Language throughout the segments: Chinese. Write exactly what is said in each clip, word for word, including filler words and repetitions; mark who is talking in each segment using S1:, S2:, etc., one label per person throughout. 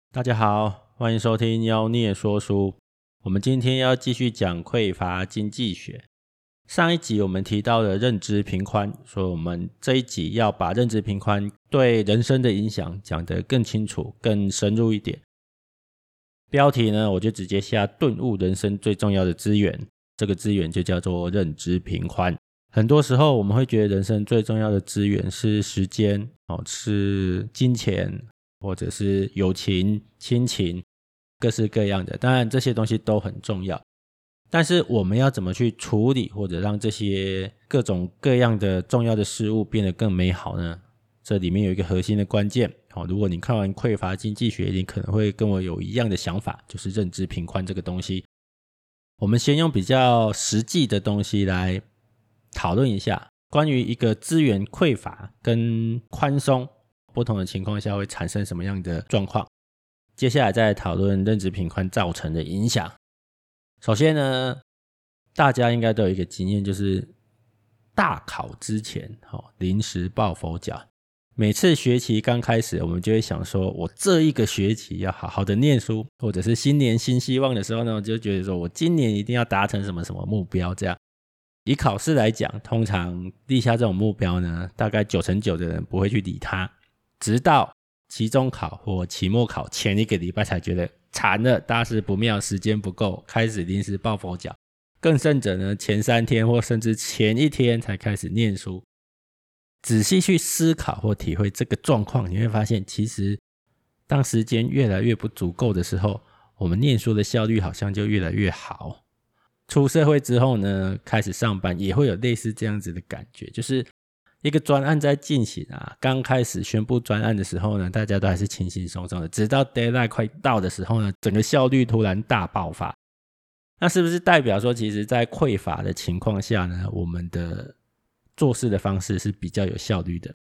S1: 大家好，欢迎收听妖孽说书。我们今天要继续讲匮乏经济学。上一集我们提到了认知频宽，所以我们这一集要把认知频宽对人生的影响讲得更清楚、更深入一点。标题呢，我就直接下顿悟人生最重要的资源，这个资源就叫做认知频宽。很多时候我们会觉得人生最重要的资源是时间、哦、是金钱，或者是友情、亲情，各式各样的。当然这些东西都很重要，但是我们要怎么去处理或者让这些各种各样的重要的事物变得更美好呢？这里面有一个核心的关键、哦、如果你看完匮乏经济学，你可能会跟我有一样的想法，就是认知频宽这个东西。我们先用比较实际的东西来讨论一下关于一个资源匮乏跟宽松不同的情况下会产生什么样的状况。接下来再来讨论认知频宽造成的影响。首先呢，大家应该都有一个经验，就是大考之前、哦、临时抱佛脚。每次学期刚开始，我们就会想说，我这一个学期要好好的念书，或者是新年新希望的时候呢，我就觉得说我今年一定要达成什么什么目标。这样以考试来讲，通常立下这种目标呢，大概九成九的人不会去理它，直到期中考或期末考前一个礼拜才觉得惨了，大事不妙，时间不够，开始临时抱佛脚。更甚者呢，前三天或甚至前一天才开始念书。仔细去思考或体会这个状况，你会发现其实当时间越来越不足够的时候，我们念书的效率好像就越来越好。出社会之后呢，开始上班也会有类似这样子的感觉，就是一个专案在进行啊，刚开始宣布专案的时候呢，大家都还是轻轻松松的，直到 deadline 快到的时候呢，整个效率突然大爆发。那是不是代表说其实在匮乏的情况下呢，我们的做事的方式是比较有效率的？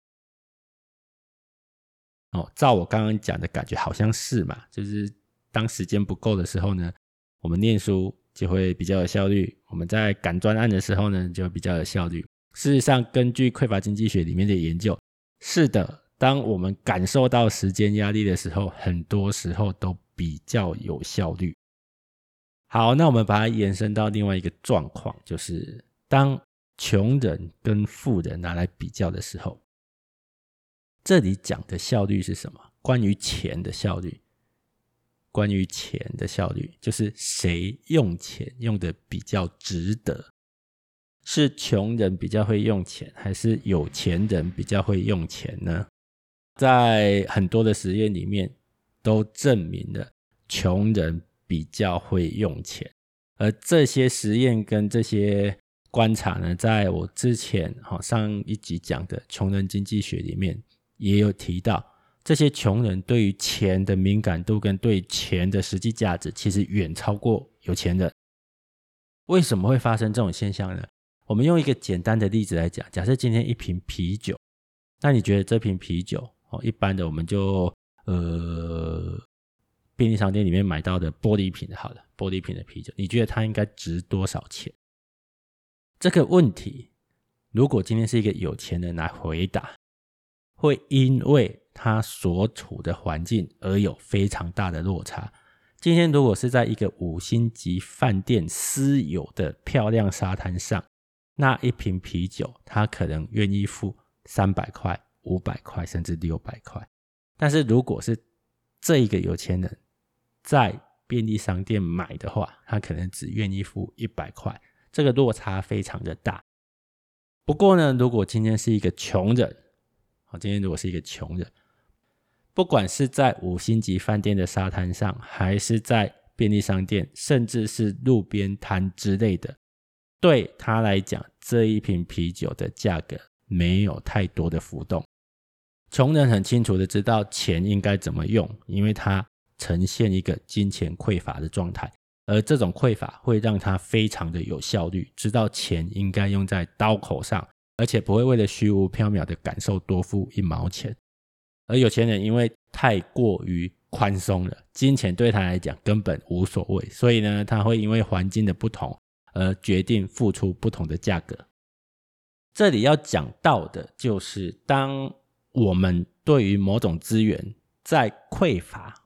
S1: 哦，照我刚刚讲的感觉好像是嘛，就是当时间不够的时候呢，我们念书就会比较有效率，我们在赶专案的时候呢，就比较有效率。事实上，根据匮乏经济学里面的研究，是的，当我们感受到时间压力的时候，很多时候都比较有效率。好，那我们把它延伸到另外一个状况，就是当穷人跟富人拿来比较的时候，这里讲的效率是什么？关于钱的效率。关于钱的效率，就是谁用钱用的比较值得。是穷人比较会用钱，还是有钱人比较会用钱呢？在很多的实验里面都证明了穷人比较会用钱，而这些实验跟这些观察呢，在我之前上一集讲的穷人经济学里面也有提到，这些穷人对于钱的敏感度跟对钱的实际价值其实远超过有钱人。为什么会发生这种现象呢？我们用一个简单的例子来讲，假设今天一瓶啤酒，那你觉得这瓶啤酒、哦、一般的我们就呃便利商店里面买到的玻璃瓶的好了，玻璃瓶的啤酒，你觉得它应该值多少钱？这个问题如果今天是一个有钱人来回答，会因为他所处的环境而有非常大的落差。今天如果是在一个五星级饭店私有的漂亮沙滩上，那一瓶啤酒他可能愿意付三百块、五百块甚至六百块。但是如果是这一个有钱人在便利商店买的话，他可能只愿意付一百块，这个落差非常的大。不过呢，如果今天是一个穷人，今天如果是一个穷人，不管是在五星级饭店的沙滩上，还是在便利商店，甚至是路边摊之类的，对他来讲，这一瓶啤酒的价格没有太多的浮动。穷人很清楚的知道钱应该怎么用，因为他呈现一个金钱匮乏的状态，而这种匮乏会让他非常的有效率，知道钱应该用在刀口上，而且不会为了虚无缥缈的感受多付一毛钱。而有钱人因为太过于宽松了，金钱对他来讲根本无所谓，所以呢，他会因为环境的不同而决定付出不同的价格。这里要讲到的就是，当我们对于某种资源在匮乏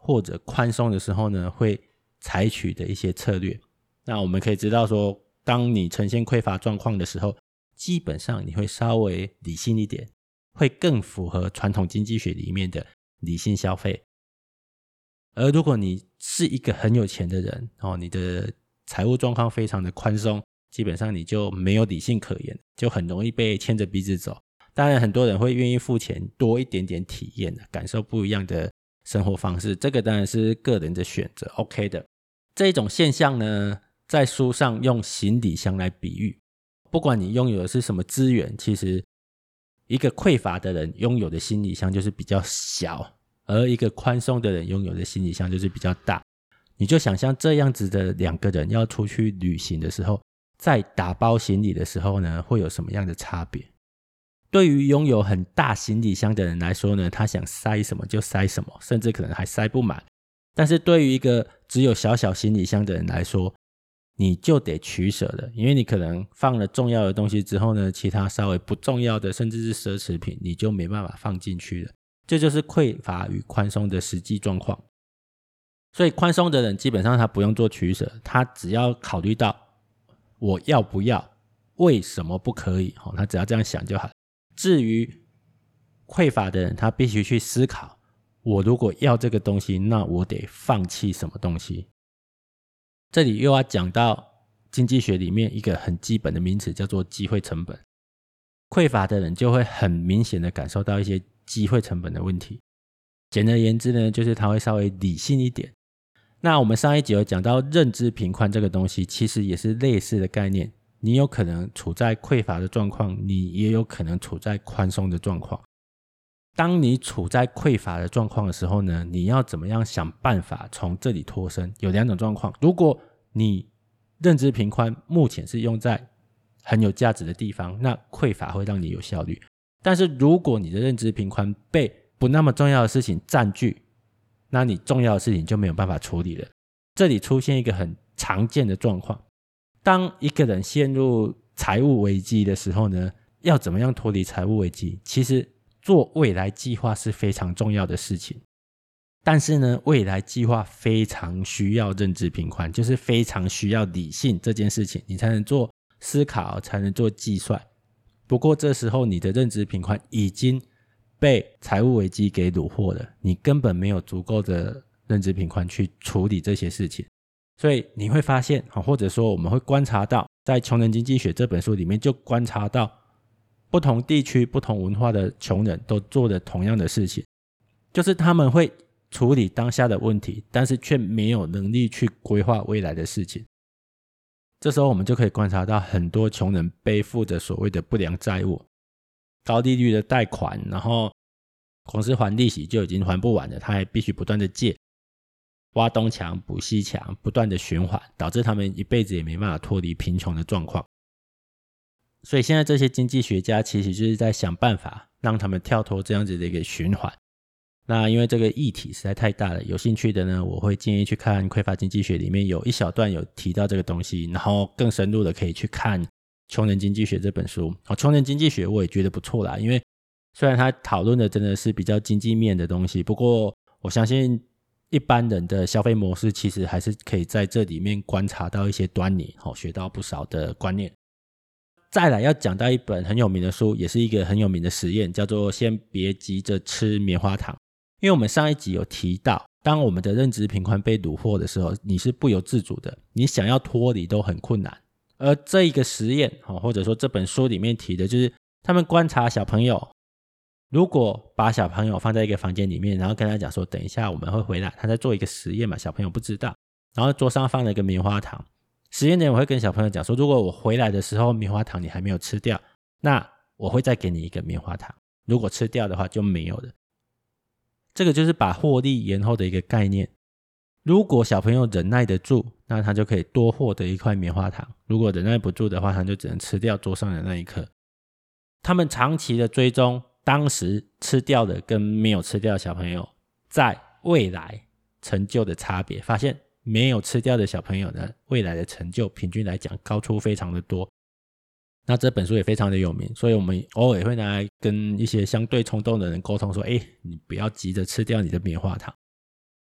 S1: 或者宽松的时候呢，会采取的一些策略。那我们可以知道说，当你呈现匮乏状况的时候，基本上你会稍微理性一点，会更符合传统经济学里面的理性消费。而如果你是一个很有钱的人，哦，你的财务状况非常的宽松，基本上你就没有理性可言，就很容易被牵着鼻子走。当然很多人会愿意付钱多一点点体验，感受不一样的生活方式，这个当然是个人的选择 OK 的。这种现象呢，在书上用行李箱来比喻，不管你拥有的是什么资源，其实一个匮乏的人拥有的行李箱就是比较小，而一个宽松的人拥有的行李箱就是比较大。你就想象这样子的两个人要出去旅行的时候，在打包行李的时候呢，会有什么样的差别？对于拥有很大行李箱的人来说呢，他想塞什么就塞什么，甚至可能还塞不满。但是对于一个只有小小行李箱的人来说，你就得取舍了，因为你可能放了重要的东西之后呢，其他稍微不重要的甚至是奢侈品你就没办法放进去了。这就是匮乏与宽松的实际状况。所以宽松的人基本上他不用做取舍，他只要考虑到我要不要，为什么不可以，他只要这样想就好。至于匮乏的人，他必须去思考，我如果要这个东西，那我得放弃什么东西。这里又要讲到经济学里面一个很基本的名词，叫做机会成本。匮乏的人就会很明显的感受到一些机会成本的问题。简而言之呢，就是他会稍微理性一点。那我们上一集有讲到认知贫宽这个东西，其实也是类似的概念。你有可能处在匮乏的状况，你也有可能处在宽松的状况。当你处在匮乏的状况的时候呢，你要怎么样想办法从这里脱身？有两种状况，如果你认知贫宽目前是用在很有价值的地方，那匮乏会让你有效率。但是如果你的认知贫宽被不那么重要的事情占据，那你重要的事情就没有办法处理了。这里出现一个很常见的状况，当一个人陷入财务危机的时候呢，要怎么样脱离财务危机？其实做未来计划是非常重要的事情，但是呢，未来计划非常需要认知贫宽，就是非常需要理性这件事情，你才能做思考，才能做计算。不过这时候你的认知贫宽已经被财务危机给虏获了，你根本没有足够的认知贫宽去处理这些事情。所以你会发现，或者说我们会观察到，在《穷人经济学》这本书里面就观察到，不同地区不同文化的穷人都做了同样的事情，就是他们会处理当下的问题，但是却没有能力去规划未来的事情。这时候我们就可以观察到很多穷人背负着所谓的不良债务，高利率的贷款，然后公司还利息就已经还不完了，他还必须不断的借，挖东墙补西墙，不断的循环，导致他们一辈子也没办法脱离贫穷的状况。所以现在这些经济学家其实就是在想办法让他们跳脱这样子的一个循环。那因为这个议题实在太大了，有兴趣的呢，我会建议去看匮乏经济学里面有一小段有提到这个东西，然后更深入的可以去看穷人经济学这本书。哦，穷人经济学我也觉得不错啦，因为虽然他讨论的真的是比较经济面的东西，不过我相信一般人的消费模式其实还是可以在这里面观察到一些端倪，学到不少的观念。再来要讲到一本很有名的书，也是一个很有名的实验，叫做先别急着吃棉花糖。因为我们上一集有提到，当我们的认知贫宽被虏获的时候，你是不由自主的，你想要脱离都很困难。而这一个实验，或者说这本书里面提的，就是他们观察小朋友，如果把小朋友放在一个房间里面，然后跟他讲说等一下我们会回来，他在做一个实验嘛，小朋友不知道，然后桌上放了一个棉花糖，实验人员会跟小朋友讲说，如果我回来的时候棉花糖你还没有吃掉，那我会再给你一个棉花糖，如果吃掉的话就没有了。这个就是把获利延后的一个概念。如果小朋友忍耐得住，那他就可以多获得一块棉花糖，如果忍耐不住的话，他就只能吃掉桌上的那一颗。他们长期的追踪当时吃掉的跟没有吃掉的小朋友在未来成就的差别，发现没有吃掉的小朋友呢，未来的成就平均来讲高出非常的多。那这本书也非常的有名，所以我们偶尔会拿来跟一些相对冲动的人沟通说，诶，你不要急着吃掉你的棉花糖。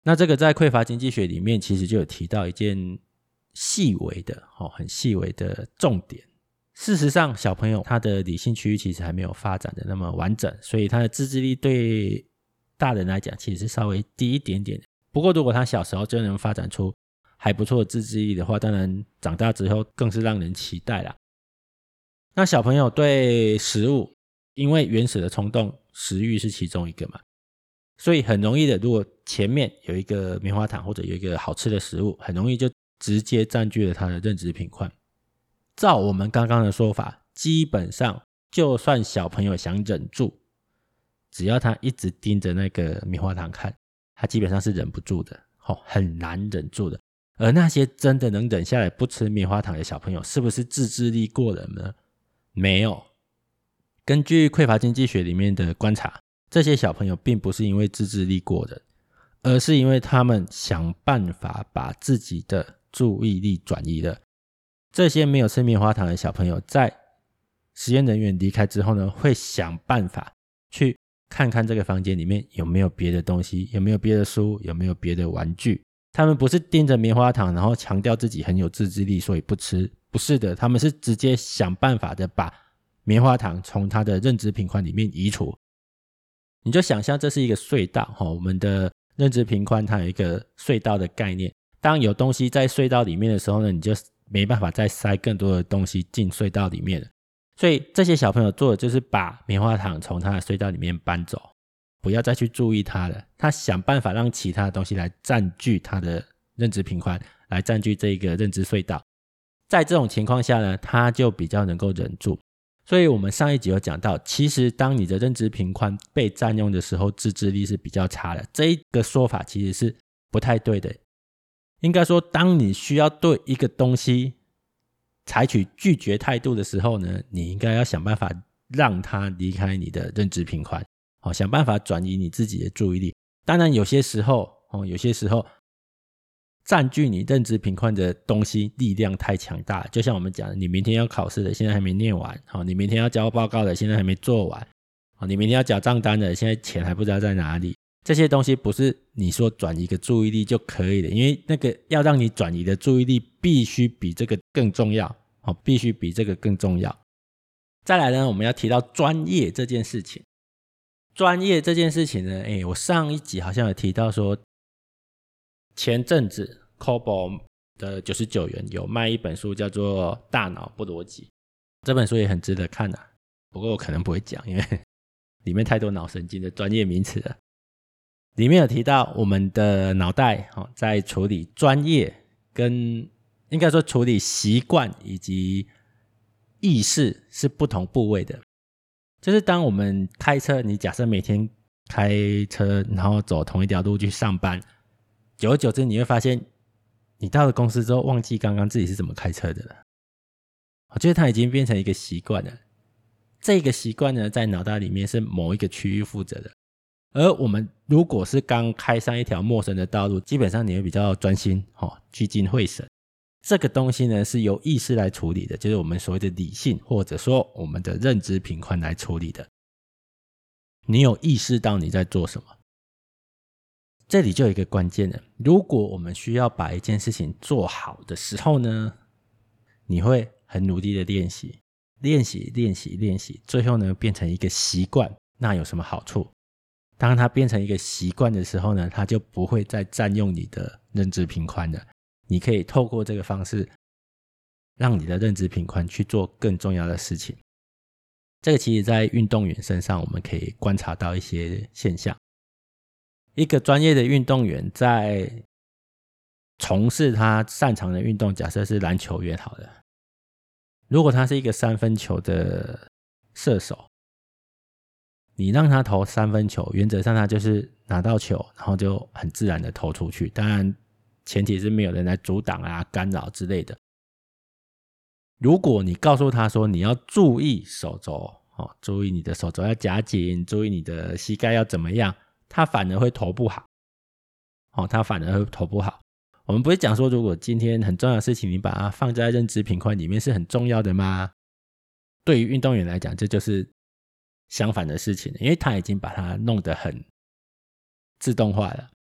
S1: 那这个在匮乏经济学里面其实就有提到一件细微的、哦、很细微的重点。事实上小朋友他的理性区域其实还没有发展的那么完整，所以他的自制力对大人来讲其实是稍微低一点点的。不过如果他小时候就能发展出还不错的自制力的话，当然长大之后更是让人期待啦。那小朋友对食物，因为原始的冲动食欲是其中一个嘛，所以很容易的，如果前面有一个棉花糖或者有一个好吃的食物，很容易就直接占据了他的认知频宽。照我们刚刚的说法，基本上就算小朋友想忍住，只要他一直盯着那个棉花糖看，他基本上是忍不住的、哦、很难忍住的。而那些真的能忍下来不吃棉花糖的小朋友，是不是自制力过人呢？没有。根据匮乏经济学里面的观察，这些小朋友并不是因为自制力过人，而是因为他们想办法把自己的注意力转移了。这些没有吃棉花糖的小朋友在实验人员离开之后呢，会想办法去看看这个房间里面有没有别的东西，有没有别的书，有没有别的玩具。他们不是盯着棉花糖然后强调自己很有自制力所以不吃，不是的，他们是直接想办法的把棉花糖从他的认知频宽里面移除。你就想象这是一个隧道、哦、我们的认知频宽它有一个隧道的概念，当有东西在隧道里面的时候呢，你就没办法再塞更多的东西进隧道里面了。所以这些小朋友做的就是把棉花糖从他的隧道里面搬走，不要再去注意它了，他想办法让其他的东西来占据他的认知频宽，来占据这个认知隧道。在这种情况下呢，他就比较能够忍住。所以我们上一集有讲到，其实当你的认知频宽被占用的时候，自制力是比较差的。这一个说法其实是不太对的。应该说当你需要对一个东西采取拒绝态度的时候呢，你应该要想办法让它离开你的认知频宽、哦、想办法转移你自己的注意力。当然有些时候、哦、有些时候占据你认知频宽的东西力量太强大，就像我们讲的，你明天要考试的现在还没念完、哦、你明天要交报告的现在还没做完、哦、你明天要缴账单的现在钱还不知道在哪里。这些东西不是你说转移个注意力就可以了，因为那个要让你转移的注意力必须比这个更重要、哦、必须比这个更重要。再来呢，我们要提到专业这件事情。专业这件事情呢，诶，我上一集好像有提到说，前阵子 Kobo 的九十九元有卖一本书叫做《大脑不逻辑》，这本书也很值得看啊，不过我可能不会讲，因为里面太多脑神经的专业名词了。里面有提到我们的脑袋、哦、在处理专业跟应该说处理习惯以及意识是不同部位的。就是当我们开车，你假设每天开车然后走同一条路去上班，久而久之你会发现你到了公司之后忘记刚刚自己是怎么开车的了。我觉得它已经变成一个习惯了，这个习惯呢在脑袋里面是某一个区域负责的。而我们如果是刚开上一条陌生的道路，基本上你会比较专心、哦、聚精会神。这个东西呢是由意识来处理的，就是我们所谓的理性，或者说我们的认知频宽来处理的。你有意识到你在做什么。这里就有一个关键了，如果我们需要把一件事情做好的时候呢，你会很努力的练习练习练习练习，最后呢变成一个习惯。那有什么好处？当它变成一个习惯的时候呢，它就不会再占用你的认知频宽了。你可以透过这个方式让你的认知频宽去做更重要的事情。这个其实在运动员身上我们可以观察到一些现象。一个专业的运动员在从事他擅长的运动，假设是篮球员好了，如果他是一个三分球的射手，你让他投三分球，原则上他就是拿到球然后就很自然的投出去，当然前提是没有人来阻挡啊干扰之类的。如果你告诉他说你要注意手肘、哦、注意你的手肘要夹紧，注意你的膝盖要怎么样，他反而会投不好、哦、他反而会投不好。我们不会讲说如果今天很重要的事情你把它放在认知频宽里面是很重要的吗？对于运动员来讲这就是相反的事情，因为他已经把它弄得很自动化了。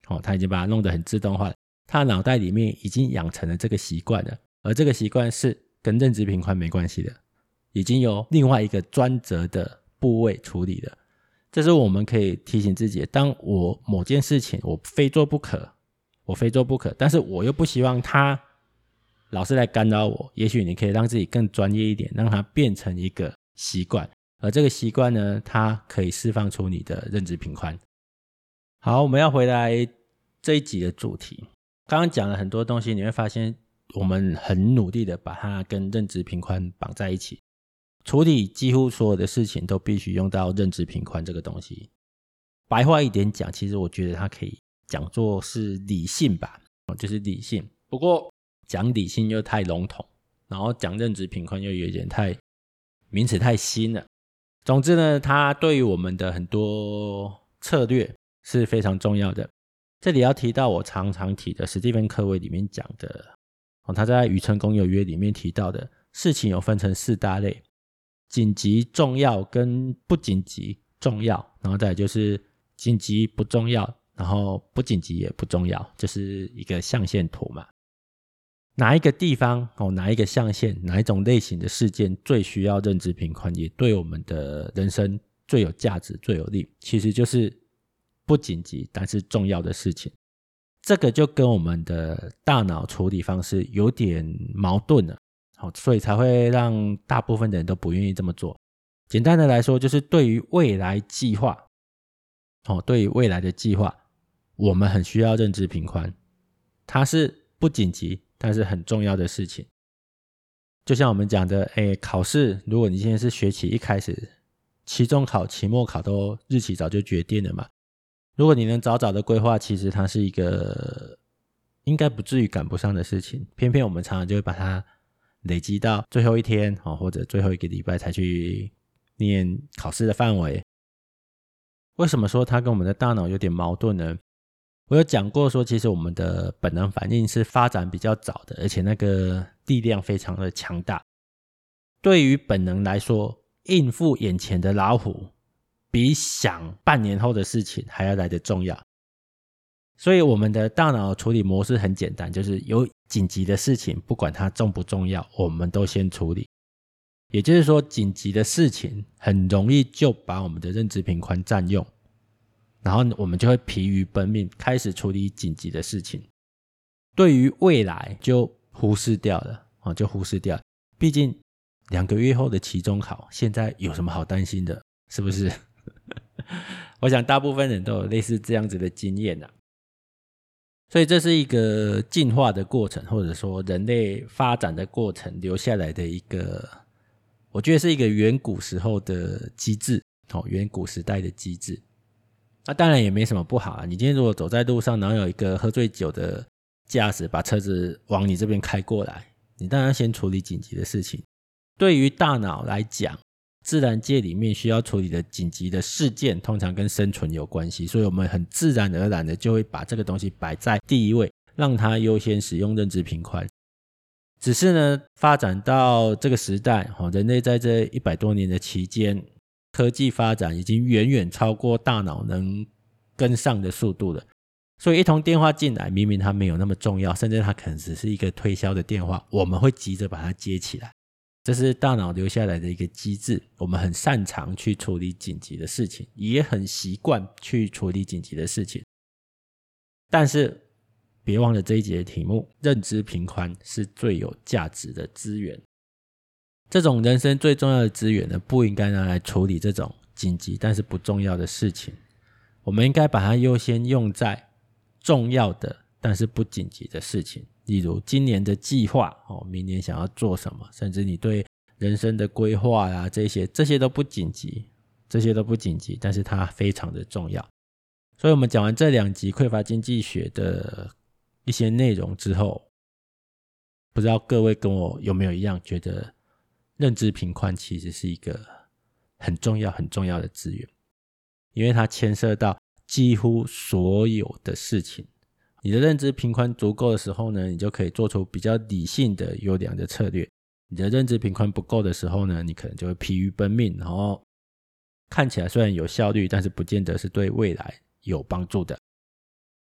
S1: 哦，他已经把它弄得很自动化了，他脑袋里面已经养成了这个习惯了，而这个习惯是跟认知频宽没关系的，已经由另外一个专责的部位处理了。这是我们可以提醒自己的，当我某件事情我非做不可，我非做不可，但是我又不希望它老是来干扰我，也许你可以让自己更专业一点，让它变成一个习惯，而这个习惯呢，它可以释放出你的认知频宽。好，我们要回来这一集的主题，刚刚讲了很多东西，你会发现我们很努力的把它跟认知频宽绑在一起，处理几乎所有的事情都必须用到认知频宽这个东西。白话一点讲，其实我觉得它可以讲作是理性吧，就是理性。不过讲理性又太笼统，然后讲认知频宽又有点太名词太新了。总之呢，它对于我们的很多策略是非常重要的。这里要提到我常常提的史蒂芬科维里面讲的，他在《与成功有约》里面提到的事情有分成四大类，紧急、重要跟不紧急、重要，然后再来就是紧急不重要，然后不紧急也不重要，就是一个象限图嘛。哪一个地方、哦、哪一个象限，哪一种类型的事件最需要认知频宽，也对我们的人生最有价值、最有利，其实就是不紧急但是重要的事情。这个就跟我们的大脑处理方式有点矛盾了，所以才会让大部分的人都不愿意这么做。简单的来说，就是对于未来计划，对于未来的计划，我们很需要认知频宽，它是不紧急但是很重要的事情。就像我们讲的，诶，考试，如果你现在是学期一开始，期中考、期末考都日期早就决定了嘛，如果你能早早的规划，其实它是一个应该不至于赶不上的事情，偏偏我们常常就会把它累积到最后一天，或者最后一个礼拜才去念考试的范围。为什么说它跟我们的大脑有点矛盾呢？我有讲过说，其实我们的本能反应是发展比较早的，而且那个力量非常的强大。对于本能来说，应付眼前的老虎比想半年后的事情还要来得重要。所以我们的大脑处理模式很简单，就是有紧急的事情，不管它重不重要，我们都先处理。也就是说，紧急的事情很容易就把我们的认知频宽占用，然后我们就会疲于奔命，开始处理紧急的事情。对于未来就忽视掉了，哦、就忽视掉了。毕竟两个月后的期中考，现在有什么好担心的，是不是？我想大部分人都有类似这样子的经验啊。所以这是一个进化的过程，或者说人类发展的过程留下来的一个，我觉得是一个远古时候的机制，哦，远古时代的机制。那当然也没什么不好啊，你今天如果走在路上，然后有一个喝醉酒的驾驶把车子往你这边开过来，你当然要先处理紧急的事情。对于大脑来讲，自然界里面需要处理的紧急的事件通常跟生存有关系，所以我们很自然而然的就会把这个东西摆在第一位，让它优先使用认知频宽。只是呢，发展到这个时代，人类在这一百多年的期间，科技发展已经远远超过大脑能跟上的速度了。所以一通电话进来，明明它没有那么重要，甚至它可能只是一个推销的电话，我们会急着把它接起来。这是大脑留下来的一个机制，我们很擅长去处理紧急的事情，也很习惯去处理紧急的事情。但是别忘了这一节的题目，认知频宽是最有价值的资源。这种人生最重要的资源呢，不应该拿来处理这种紧急但是不重要的事情，我们应该把它优先用在重要的但是不紧急的事情，例如今年的计划、哦、明年想要做什么，甚至你对人生的规划啊，这些这些都不紧急，这些都不紧急，但是它非常的重要。所以我们讲完这两集匮乏经济学的一些内容之后，不知道各位跟我有没有一样觉得认知频宽其实是一个很重要很重要的资源，因为它牵涉到几乎所有的事情。你的认知频宽足够的时候呢，你就可以做出比较理性的优良的策略。你的认知频宽不够的时候呢，你可能就会疲于奔命，然后看起来虽然有效率，但是不见得是对未来有帮助的。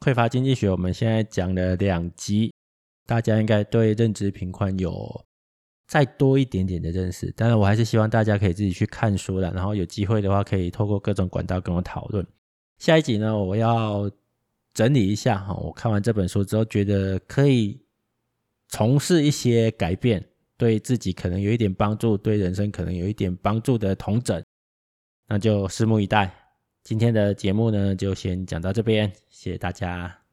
S1: 匮乏经济学我们现在讲了两集，大家应该对认知贫困有再多一点点的认识。当然我还是希望大家可以自己去看书啦，然后有机会的话可以透过各种管道跟我讨论。下一集呢，我要整理一下我看完这本书之后觉得可以从事一些改变，对自己可能有一点帮助，对人生可能有一点帮助的统整，那就拭目以待。今天的节目呢就先讲到这边，谢谢大家。